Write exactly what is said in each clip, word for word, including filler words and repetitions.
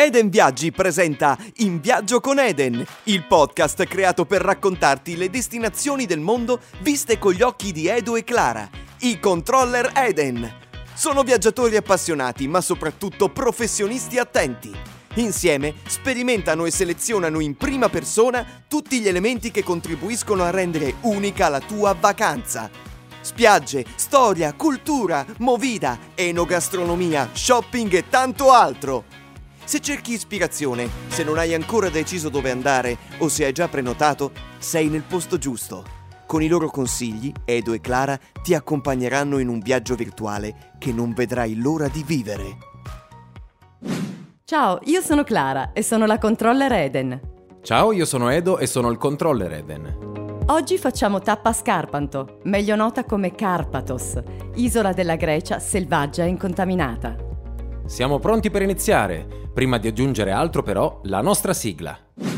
Eden Viaggi presenta In Viaggio con Eden, il podcast creato per raccontarti le destinazioni del mondo viste con gli occhi di Edo e Clara, i controller Eden. Sono viaggiatori appassionati, ma soprattutto professionisti attenti. Insieme sperimentano e selezionano in prima persona tutti gli elementi che contribuiscono a rendere unica la tua vacanza. Spiagge, storia, cultura, movida, enogastronomia, shopping e tanto altro. Se cerchi ispirazione, se non hai ancora deciso dove andare o se hai già prenotato, sei nel posto giusto. Con i loro consigli, Edo e Clara ti accompagneranno in un viaggio virtuale che non vedrai l'ora di vivere. Ciao, io sono Clara e sono la controller Eden. Ciao, io sono Edo e sono il controller Eden. Oggi facciamo tappa a Scarpanto, meglio nota come Karpathos, isola della Grecia selvaggia e incontaminata. Siamo pronti per iniziare. Prima di aggiungere altro però, la nostra sigla.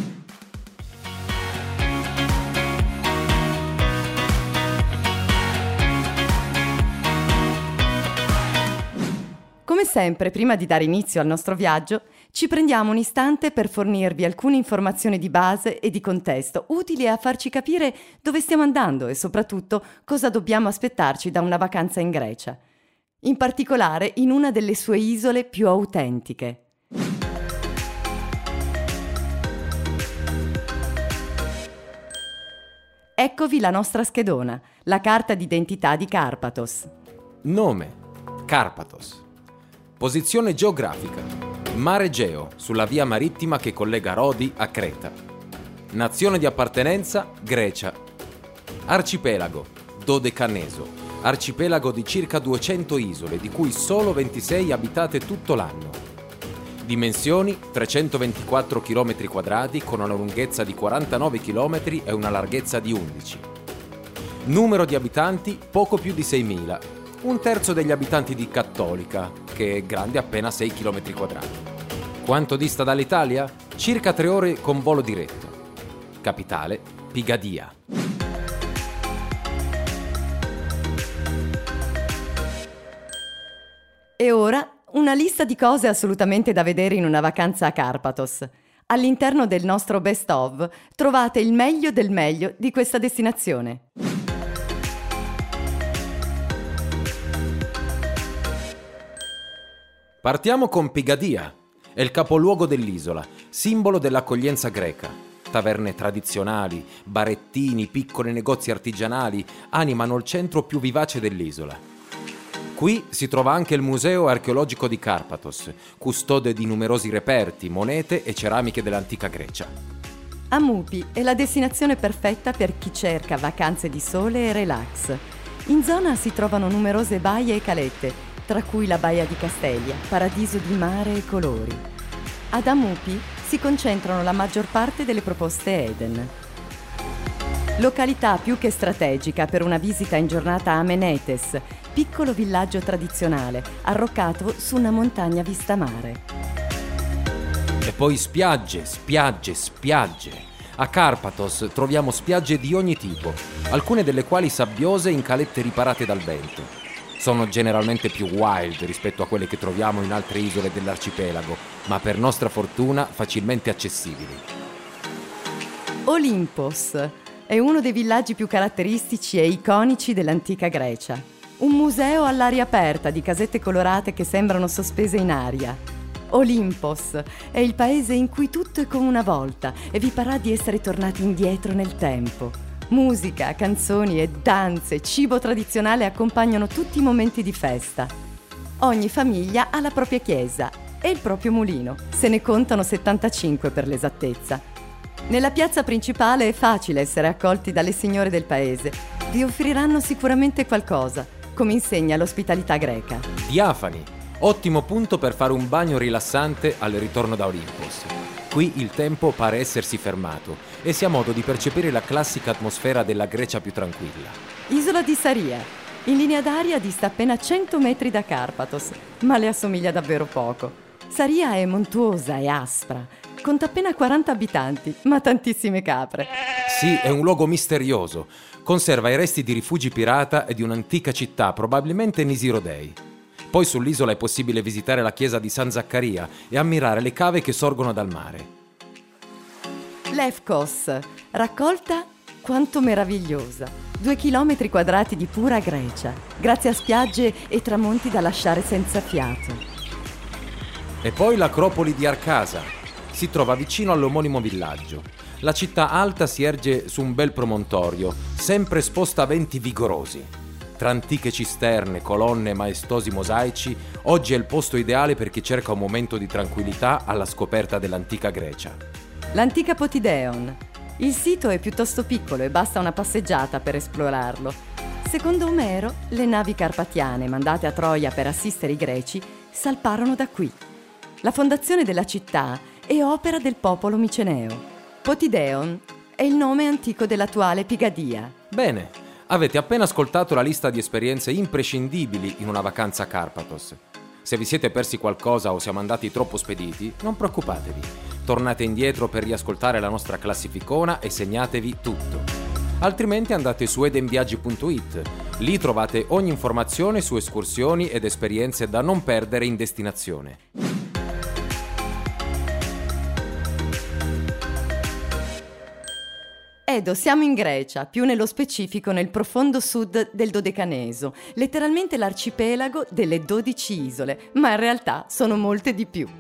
Come sempre, prima di dare inizio al nostro viaggio, ci prendiamo un istante per fornirvi alcune informazioni di base e di contesto utili a farci capire dove stiamo andando e soprattutto cosa dobbiamo aspettarci da una vacanza in Grecia. In particolare in una delle sue isole più autentiche. Eccovi la nostra schedona, la carta d'identità di Karpathos. Nome: Karpathos. Posizione geografica: Mare Egeo, sulla via marittima che collega Rodi a Creta. Nazione di appartenenza: Grecia. Arcipelago: Dodecaneso, arcipelago di circa duecento isole, di cui solo ventisei abitate tutto l'anno. Dimensioni: trecentoventiquattro chilometri quadrati con una lunghezza di quarantanove chilometri e una larghezza di undici. Numero di abitanti: poco più di seimila, un terzo degli abitanti di Cattolica, che è grande appena sei chilometri quadrati. Quanto dista dall'Italia? Circa tre ore con volo diretto. Capitale: Pigadia. E ora una lista di cose assolutamente da vedere in una vacanza a Karpathos. All'interno del nostro best of trovate il meglio del meglio di questa destinazione. Partiamo con Pigadia. È il capoluogo dell'isola, simbolo dell'accoglienza greca. Taverne tradizionali, barettini, piccoli negozi artigianali animano il centro più vivace dell'isola. Qui si trova anche il Museo archeologico di Karpathos, custode di numerosi reperti, monete e ceramiche dell'antica Grecia. Amupi è la destinazione perfetta per chi cerca vacanze di sole e relax. In zona si trovano numerose baie e calette, tra cui la Baia di Castelia, paradiso di mare e colori. Ad Amupi si concentrano la maggior parte delle proposte Eden. Località più che strategica per una visita in giornata a Menetes, piccolo villaggio tradizionale, arroccato su una montagna vista mare. E poi spiagge, spiagge, spiagge. A Karpathos troviamo spiagge di ogni tipo, alcune delle quali sabbiose in calette riparate dal vento. Sono generalmente più wild rispetto a quelle che troviamo in altre isole dell'arcipelago, ma per nostra fortuna facilmente accessibili. Olympos è uno dei villaggi più caratteristici e iconici dell'antica Grecia. Un museo all'aria aperta di casette colorate che sembrano sospese in aria. Olympos è il paese in cui tutto è come una volta e vi parrà di essere tornati indietro nel tempo. Musica, canzoni e danze, cibo tradizionale accompagnano tutti i momenti di festa. Ogni famiglia ha la propria chiesa e il proprio mulino. Se ne contano settantacinque per l'esattezza. Nella piazza principale è facile essere accolti dalle signore del paese. Vi offriranno sicuramente qualcosa, come insegna l'ospitalità greca. Diafani, ottimo punto per fare un bagno rilassante al ritorno da Olympos. Qui il tempo pare essersi fermato e si ha modo di percepire la classica atmosfera della Grecia più tranquilla. Isola di Saria. In linea d'aria dista appena cento metri da Karpathos, ma le assomiglia davvero poco. Saria è montuosa e aspra, conta appena quaranta abitanti, ma tantissime capre. Sì, è un luogo misterioso. Conserva i resti di rifugi pirata e di un'antica città, probabilmente Nisirodei. Poi sull'isola è possibile visitare la chiesa di San Zaccaria e ammirare le cave che sorgono dal mare. Lefkos, raccolta quanto meravigliosa. Due chilometri quadrati di pura Grecia, grazie a spiagge e tramonti da lasciare senza fiato. E poi l'Acropoli di Arcasa. Si trova vicino all'omonimo villaggio. La città alta si erge su un bel promontorio, sempre esposta a venti vigorosi. Tra antiche cisterne, colonne e maestosi mosaici, oggi è il posto ideale per chi cerca un momento di tranquillità alla scoperta dell'antica Grecia. L'antica Potideon. Il sito è piuttosto piccolo e basta una passeggiata per esplorarlo. Secondo Omero, le navi carpatiane mandate a Troia per assistere i greci salparono da qui. La fondazione della città è opera del popolo miceneo. Potideon è il nome antico dell'attuale Pigadia. Bene, avete appena ascoltato la lista di esperienze imprescindibili in una vacanza a Karpathos. Se vi siete persi qualcosa o siamo andati troppo spediti, non preoccupatevi. Tornate indietro per riascoltare la nostra classificona e segnatevi tutto. Altrimenti andate su edenviaggi punto it. Lì trovate ogni informazione su escursioni ed esperienze da non perdere in destinazione. Edo, siamo in Grecia, più nello specifico nel profondo sud del Dodecaneso, letteralmente l'arcipelago delle dodici isole, ma in realtà sono molte di più.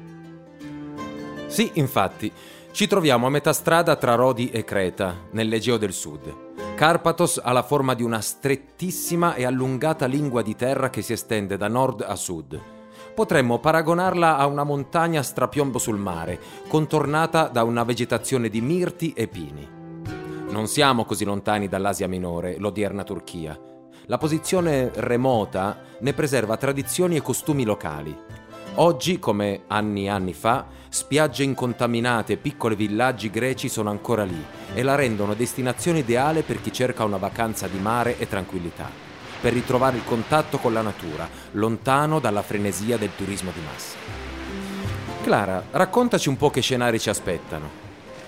Sì, infatti, ci troviamo a metà strada tra Rodi e Creta, nell'Egeo del Sud. Karpathos ha la forma di una strettissima e allungata lingua di terra che si estende da nord a sud. Potremmo paragonarla a una montagna strapiombo sul mare, contornata da una vegetazione di mirti e pini. Non siamo così lontani dall'Asia Minore, l'odierna Turchia. La posizione remota ne preserva tradizioni e costumi locali. Oggi, come anni e anni fa, spiagge incontaminate e piccoli villaggi greci sono ancora lì e la rendono destinazione ideale per chi cerca una vacanza di mare e tranquillità, per ritrovare il contatto con la natura, lontano dalla frenesia del turismo di massa. Clara, raccontaci un po' che scenari ci aspettano.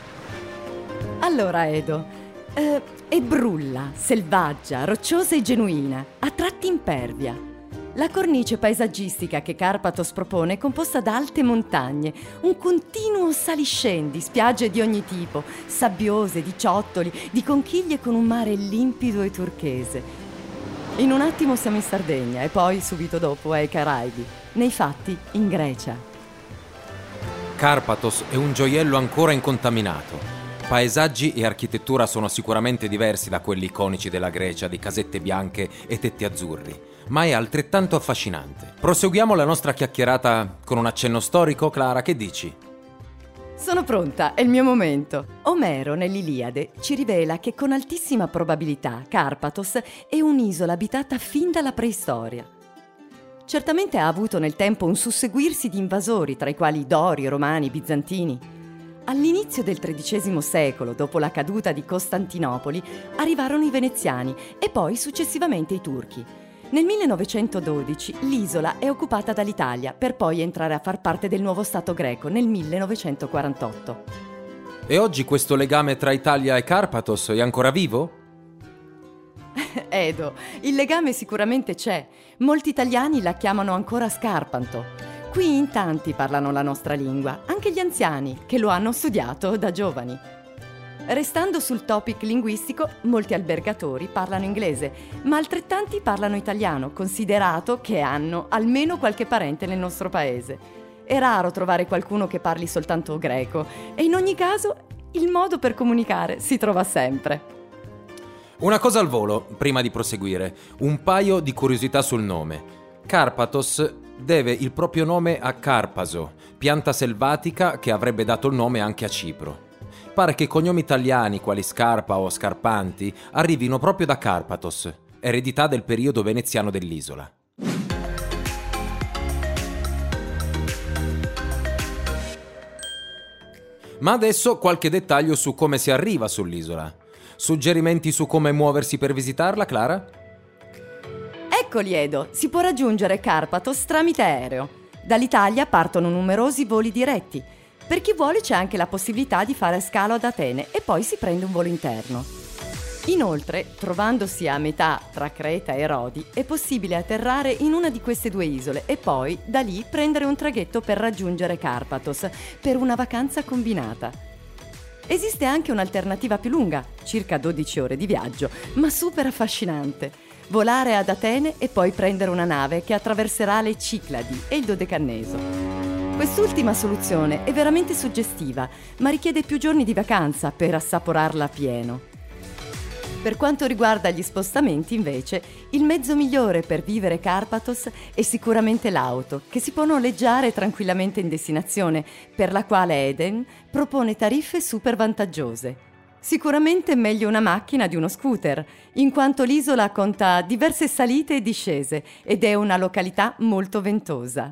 Allora, Edo, eh, è brulla, selvaggia, rocciosa e genuina, a tratti impervia. La cornice paesaggistica che Karpathos propone è composta da alte montagne, un continuo saliscendi, spiagge di ogni tipo, sabbiose, di ciottoli, di conchiglie con un mare limpido e turchese. In un attimo siamo in Sardegna e poi subito dopo ai Caraibi, nei fatti in Grecia. Karpathos è un gioiello ancora incontaminato. Paesaggi e architettura sono sicuramente diversi da quelli iconici della Grecia, di casette bianche e tetti azzurri, ma è altrettanto affascinante. Proseguiamo la nostra chiacchierata con un accenno storico, Clara, che dici? Sono pronta, è il mio momento. Omero nell'Iliade ci rivela che con altissima probabilità Karpathos è un'isola abitata fin dalla preistoria. Certamente ha avuto nel tempo un susseguirsi di invasori, tra i quali Dori, Romani, Bizantini. All'inizio del tredicesimo secolo, dopo la caduta di Costantinopoli, arrivarono i veneziani e poi successivamente i turchi. Nel millenovecentododici l'isola è occupata dall'Italia per poi entrare a far parte del nuovo Stato greco nel millenovecentoquarantotto. E oggi questo legame tra Italia e Karpathos è ancora vivo? Edo, il legame sicuramente c'è. Molti italiani la chiamano ancora Scarpanto. Qui in tanti parlano la nostra lingua, anche gli anziani, che lo hanno studiato da giovani. Restando sul topic linguistico, molti albergatori parlano inglese, ma altrettanti parlano italiano, considerato che hanno almeno qualche parente nel nostro paese. È raro trovare qualcuno che parli soltanto greco, e in ogni caso il modo per comunicare si trova sempre. Una cosa al volo, prima di proseguire, un paio di curiosità sul nome. Karpathos deve il proprio nome a Carpaso, pianta selvatica che avrebbe dato il nome anche a Cipro. Pare che cognomi italiani quali Scarpa o Scarpanti arrivino proprio da Karpathos, eredità del periodo veneziano dell'isola. Ma adesso qualche dettaglio su come si arriva sull'isola. Suggerimenti su come muoversi per visitarla, Clara? Eccoli, Edo, si può raggiungere Karpathos tramite aereo. Dall'Italia partono numerosi voli diretti. Per chi vuole c'è anche la possibilità di fare scalo ad Atene e poi si prende un volo interno. Inoltre, trovandosi a metà tra Creta e Rodi, è possibile atterrare in una di queste due isole e poi da lì prendere un traghetto per raggiungere Karpathos per una vacanza combinata. Esiste anche un'alternativa più lunga, circa dodici ore di viaggio, ma super affascinante. Volare ad Atene e poi prendere una nave che attraverserà le Cicladi e il Dodecanneso. Quest'ultima soluzione è veramente suggestiva, ma richiede più giorni di vacanza per assaporarla a pieno. Per quanto riguarda gli spostamenti, invece, il mezzo migliore per vivere Karpathos è sicuramente l'auto, che si può noleggiare tranquillamente in destinazione, per la quale Eden propone tariffe super vantaggiose. Sicuramente meglio una macchina di uno scooter, in quanto l'isola conta diverse salite e discese ed è una località molto ventosa.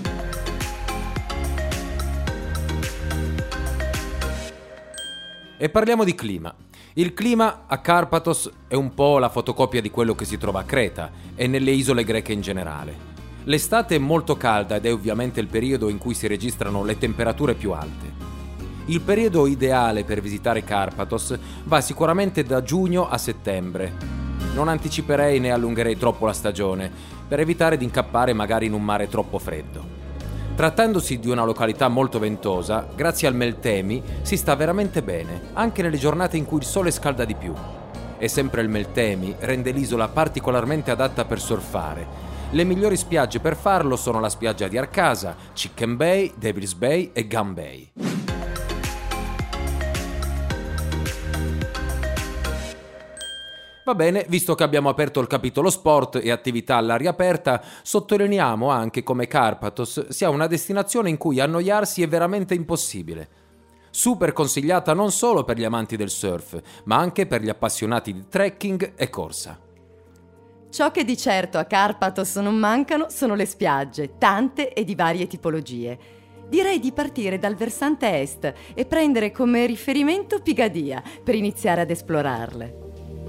E parliamo di clima. Il clima a Karpathos è un po' la fotocopia di quello che si trova a Creta e nelle isole greche in generale. L'estate è molto calda ed è ovviamente il periodo in cui si registrano le temperature più alte. Il periodo ideale per visitare Karpathos va sicuramente da giugno a settembre. Non anticiperei né allungherei troppo la stagione, per evitare di incappare magari in un mare troppo freddo. Trattandosi di una località molto ventosa, grazie al Meltemi si sta veramente bene, anche nelle giornate in cui il sole scalda di più. E sempre il Meltemi rende l'isola particolarmente adatta per surfare. Le migliori spiagge per farlo sono la spiaggia di Arcasa, Chicken Bay, Devil's Bay e Gun Bay. Va bene, visto che abbiamo aperto il capitolo sport e attività all'aria aperta, sottolineiamo anche come Karpathos sia una destinazione in cui annoiarsi è veramente impossibile. Super consigliata non solo per gli amanti del surf, ma anche per gli appassionati di trekking e corsa. Ciò che di certo a Karpathos non mancano sono le spiagge, tante e di varie tipologie. Direi di partire dal versante est e prendere come riferimento Pigadia per iniziare ad esplorarle.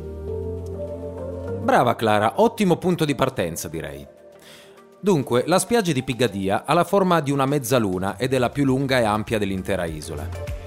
Brava Clara, ottimo punto di partenza direi. Dunque, la spiaggia di Pigadia ha la forma di una mezzaluna ed è la più lunga e ampia dell'intera isola.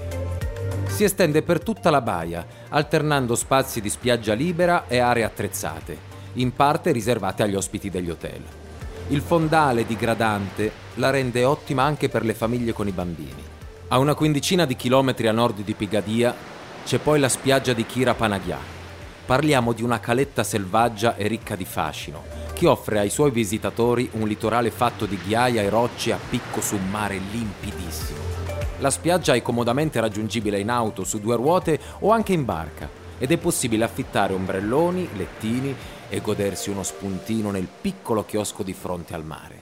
Si estende per tutta la baia, alternando spazi di spiaggia libera e aree attrezzate, in parte riservate agli ospiti degli hotel. Il fondale digradante la rende ottima anche per le famiglie con i bambini. A una quindicina di chilometri a nord di Pigadia c'è poi la spiaggia di Kira Panagia. Parliamo di una caletta selvaggia e ricca di fascino, che offre ai suoi visitatori un litorale fatto di ghiaia e rocce a picco su un mare limpidissimo. La spiaggia è comodamente raggiungibile in auto, su due ruote o anche in barca, ed è possibile affittare ombrelloni, lettini e godersi uno spuntino nel piccolo chiosco di fronte al mare.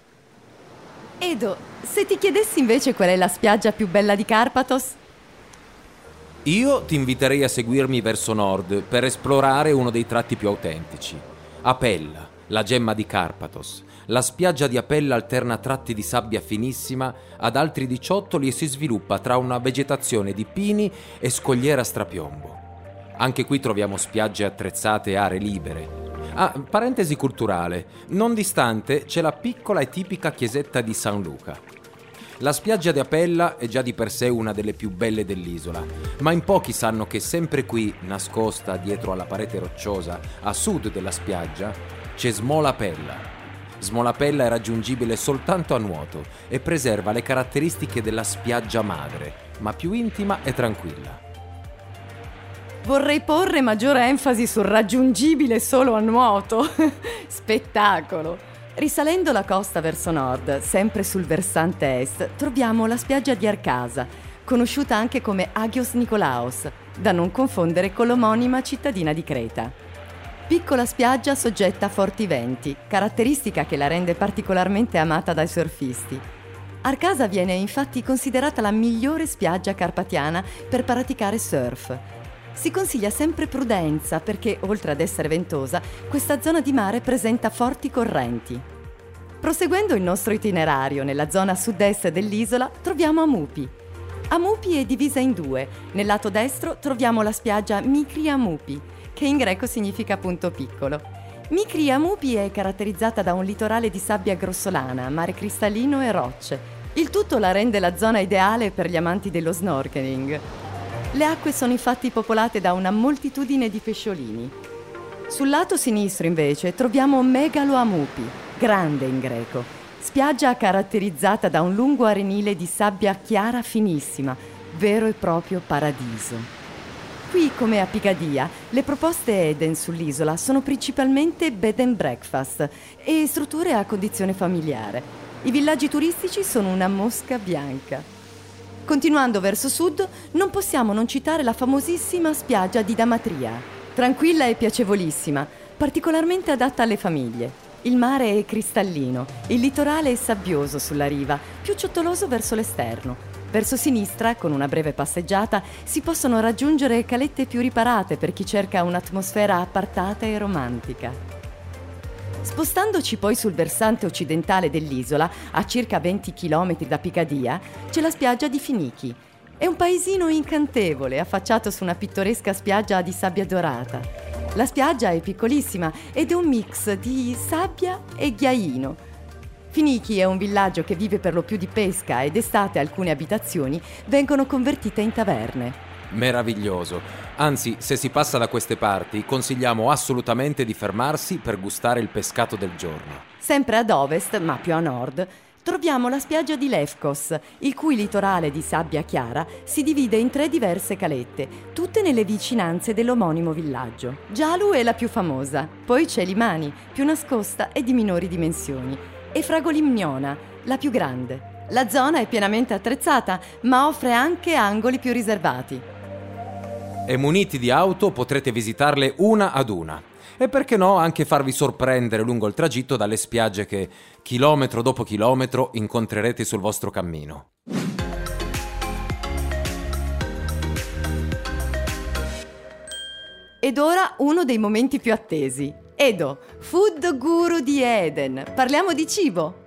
Edo, se ti chiedessi invece qual è la spiaggia più bella di Karpathos? Io ti inviterei a seguirmi verso nord per esplorare uno dei tratti più autentici. Apella, la gemma di Karpathos. La spiaggia di Apella alterna tratti di sabbia finissima ad altri di ciottoli e si sviluppa tra una vegetazione di pini e scogliera a strapiombo. Anche qui troviamo spiagge attrezzate e aree libere. Ah, parentesi culturale, non distante c'è la piccola e tipica chiesetta di San Luca. La spiaggia di Apella è già di per sé una delle più belle dell'isola, ma in pochi sanno che sempre qui, nascosta dietro alla parete rocciosa, a sud della spiaggia, c'è Smolapella. Smolapella è raggiungibile soltanto a nuoto e preserva le caratteristiche della spiaggia madre, ma più intima e tranquilla. Vorrei porre maggiore enfasi sul raggiungibile solo a nuoto. Spettacolo! Risalendo la costa verso nord, sempre sul versante est, troviamo la spiaggia di Arcasa, conosciuta anche come Agios Nikolaos, da non confondere con l'omonima cittadina di Creta. Piccola spiaggia soggetta a forti venti, caratteristica che la rende particolarmente amata dai surfisti. Arcasa viene infatti considerata la migliore spiaggia carpatiana per praticare surf. Si consiglia sempre prudenza perché, oltre ad essere ventosa, questa zona di mare presenta forti correnti. Proseguendo il nostro itinerario nella zona sud-est dell'isola, troviamo Amupi. Amupi è divisa in due. Nel lato destro troviamo la spiaggia Mikri Amupi, che in greco significa appunto piccolo. Mikri Amupi è caratterizzata da un litorale di sabbia grossolana, mare cristallino e rocce. Il tutto la rende la zona ideale per gli amanti dello snorkeling. Le acque sono infatti popolate da una moltitudine di pesciolini. Sul lato sinistro, invece, troviamo Megalo Amoupi, grande in greco, spiaggia caratterizzata da un lungo arenile di sabbia chiara finissima, vero e proprio paradiso. Qui, come a Pigadia, le proposte Eden sull'isola sono principalmente bed and breakfast e strutture a condizione familiare. I villaggi turistici sono una mosca bianca. Continuando verso sud, non possiamo non citare la famosissima spiaggia di Damatria. Tranquilla e piacevolissima, particolarmente adatta alle famiglie. Il mare è cristallino, il litorale è sabbioso sulla riva, più ciottoloso verso l'esterno. Verso sinistra, con una breve passeggiata, si possono raggiungere calette più riparate per chi cerca un'atmosfera appartata e romantica. Spostandoci poi sul versante occidentale dell'isola, a circa venti chilometri da Pigadia, c'è la spiaggia di Finichi. È un paesino incantevole, affacciato su una pittoresca spiaggia di sabbia dorata. La spiaggia è piccolissima ed è un mix di sabbia e ghiaino. Finichi è un villaggio che vive per lo più di pesca ed d'estate alcune abitazioni vengono convertite in taverne. Meraviglioso. Anzi, se si passa da queste parti, consigliamo assolutamente di fermarsi per gustare il pescato del giorno. Sempre ad ovest, ma più a nord, troviamo la spiaggia di Lefkos, il cui litorale di sabbia chiara si divide in tre diverse calette, tutte nelle vicinanze dell'omonimo villaggio. Gialu è la più famosa, poi c'è Limani, più nascosta e di minori dimensioni, e Fragolimniona, la più grande. La zona è pienamente attrezzata, ma offre anche angoli più riservati. E muniti di auto potrete visitarle una ad una. E perché no anche farvi sorprendere lungo il tragitto dalle spiagge che, chilometro dopo chilometro, incontrerete sul vostro cammino. Ed ora uno dei momenti più attesi. Edo, food guru di Eden. Parliamo di cibo.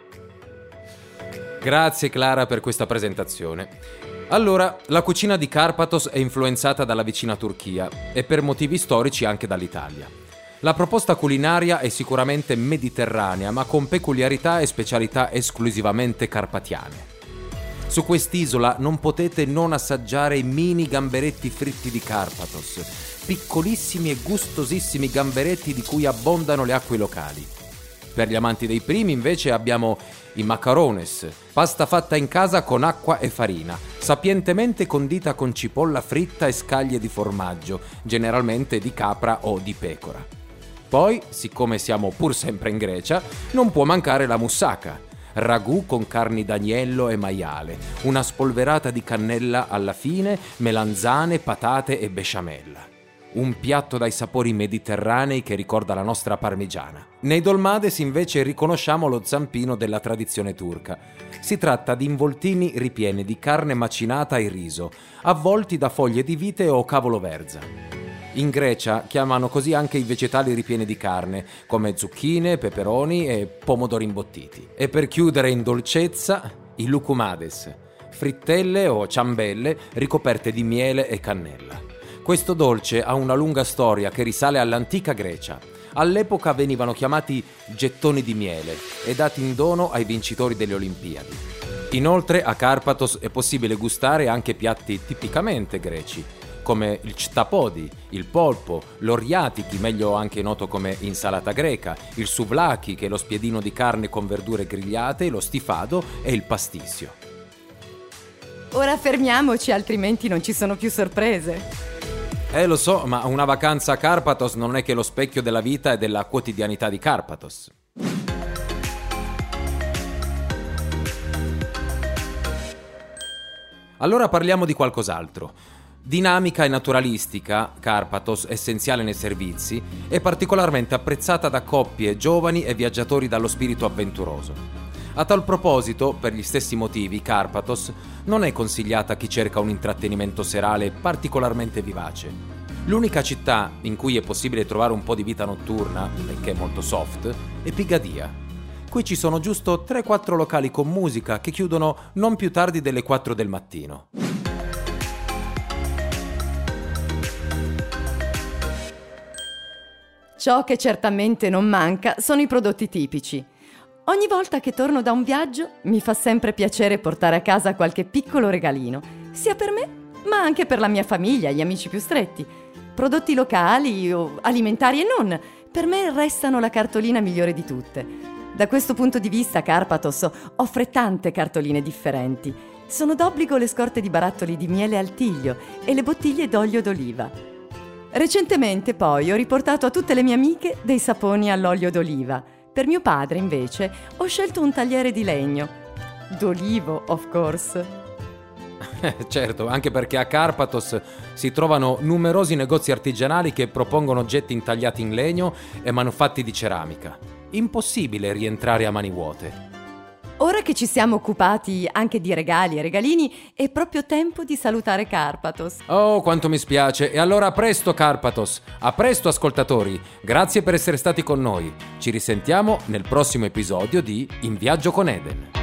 Grazie Clara per questa presentazione. Allora, la cucina di Karpathos è influenzata dalla vicina Turchia e per motivi storici anche dall'Italia. La proposta culinaria è sicuramente mediterranea, ma con peculiarità e specialità esclusivamente carpatiane. Su quest'isola non potete non assaggiare i mini gamberetti fritti di Karpathos, piccolissimi e gustosissimi gamberetti di cui abbondano le acque locali. Per gli amanti dei primi invece abbiamo i macarones, pasta fatta in casa con acqua e farina, sapientemente condita con cipolla fritta e scaglie di formaggio, generalmente di capra o di pecora. Poi, siccome siamo pur sempre in Grecia, non può mancare la moussaka, ragù con carni d'agnello e maiale, una spolverata di cannella alla fine, melanzane, patate e besciamella. Un piatto dai sapori mediterranei che ricorda la nostra parmigiana. Nei dolmades invece riconosciamo lo zampino della tradizione turca. Si tratta di involtini ripieni di carne macinata e riso, avvolti da foglie di vite o cavolo verza. In Grecia chiamano così anche i vegetali ripieni di carne, come zucchine, peperoni e pomodori imbottiti. E per chiudere in dolcezza, i loukoumades, frittelle o ciambelle ricoperte di miele e cannella. Questo dolce ha una lunga storia che risale all'antica Grecia. All'epoca venivano chiamati gettoni di miele e dati in dono ai vincitori delle Olimpiadi. Inoltre a Karpathos è possibile gustare anche piatti tipicamente greci, come il chtapodi, il polpo, l'oriatiki, meglio anche noto come insalata greca, il souvlaki, che è lo spiedino di carne con verdure grigliate, lo stifado e il pastissio. Ora fermiamoci, altrimenti non ci sono più sorprese. Eh lo so, ma una vacanza a Karpathos non è che lo specchio della vita e della quotidianità di Karpathos. Allora parliamo di qualcos'altro. Dinamica e naturalistica, Karpathos, essenziale nei servizi, è particolarmente apprezzata da coppie giovani e viaggiatori dallo spirito avventuroso. A tal proposito, per gli stessi motivi, Karpathos non è consigliata a chi cerca un intrattenimento serale particolarmente vivace. L'unica città in cui è possibile trovare un po' di vita notturna, e che è molto soft, è Pigadia. Qui ci sono giusto tre quattro locali con musica che chiudono non più tardi delle quattro del mattino. Ciò che certamente non manca sono i prodotti tipici. Ogni volta che torno da un viaggio mi fa sempre piacere portare a casa qualche piccolo regalino, sia per me ma anche per la mia famiglia, gli amici più stretti. Prodotti locali o alimentari e non, per me restano la cartolina migliore di tutte. Da questo punto di vista Carpathos offre tante cartoline differenti. Sono d'obbligo le scorte di barattoli di miele al tiglio e le bottiglie d'olio d'oliva. Recentemente poi ho riportato a tutte le mie amiche dei saponi all'olio d'oliva. Per mio padre, invece, ho scelto un tagliere di legno. D'olivo, of course. Certo, anche perché a Carpathos si trovano numerosi negozi artigianali che propongono oggetti intagliati in legno e manufatti di ceramica. Impossibile rientrare a mani vuote. Ora che ci siamo occupati anche di regali e regalini, è proprio tempo di salutare Carpathos. Oh, quanto mi spiace. E allora a presto, Carpathos. A presto, ascoltatori. Grazie per essere stati con noi. Ci risentiamo nel prossimo episodio di In Viaggio con Eden.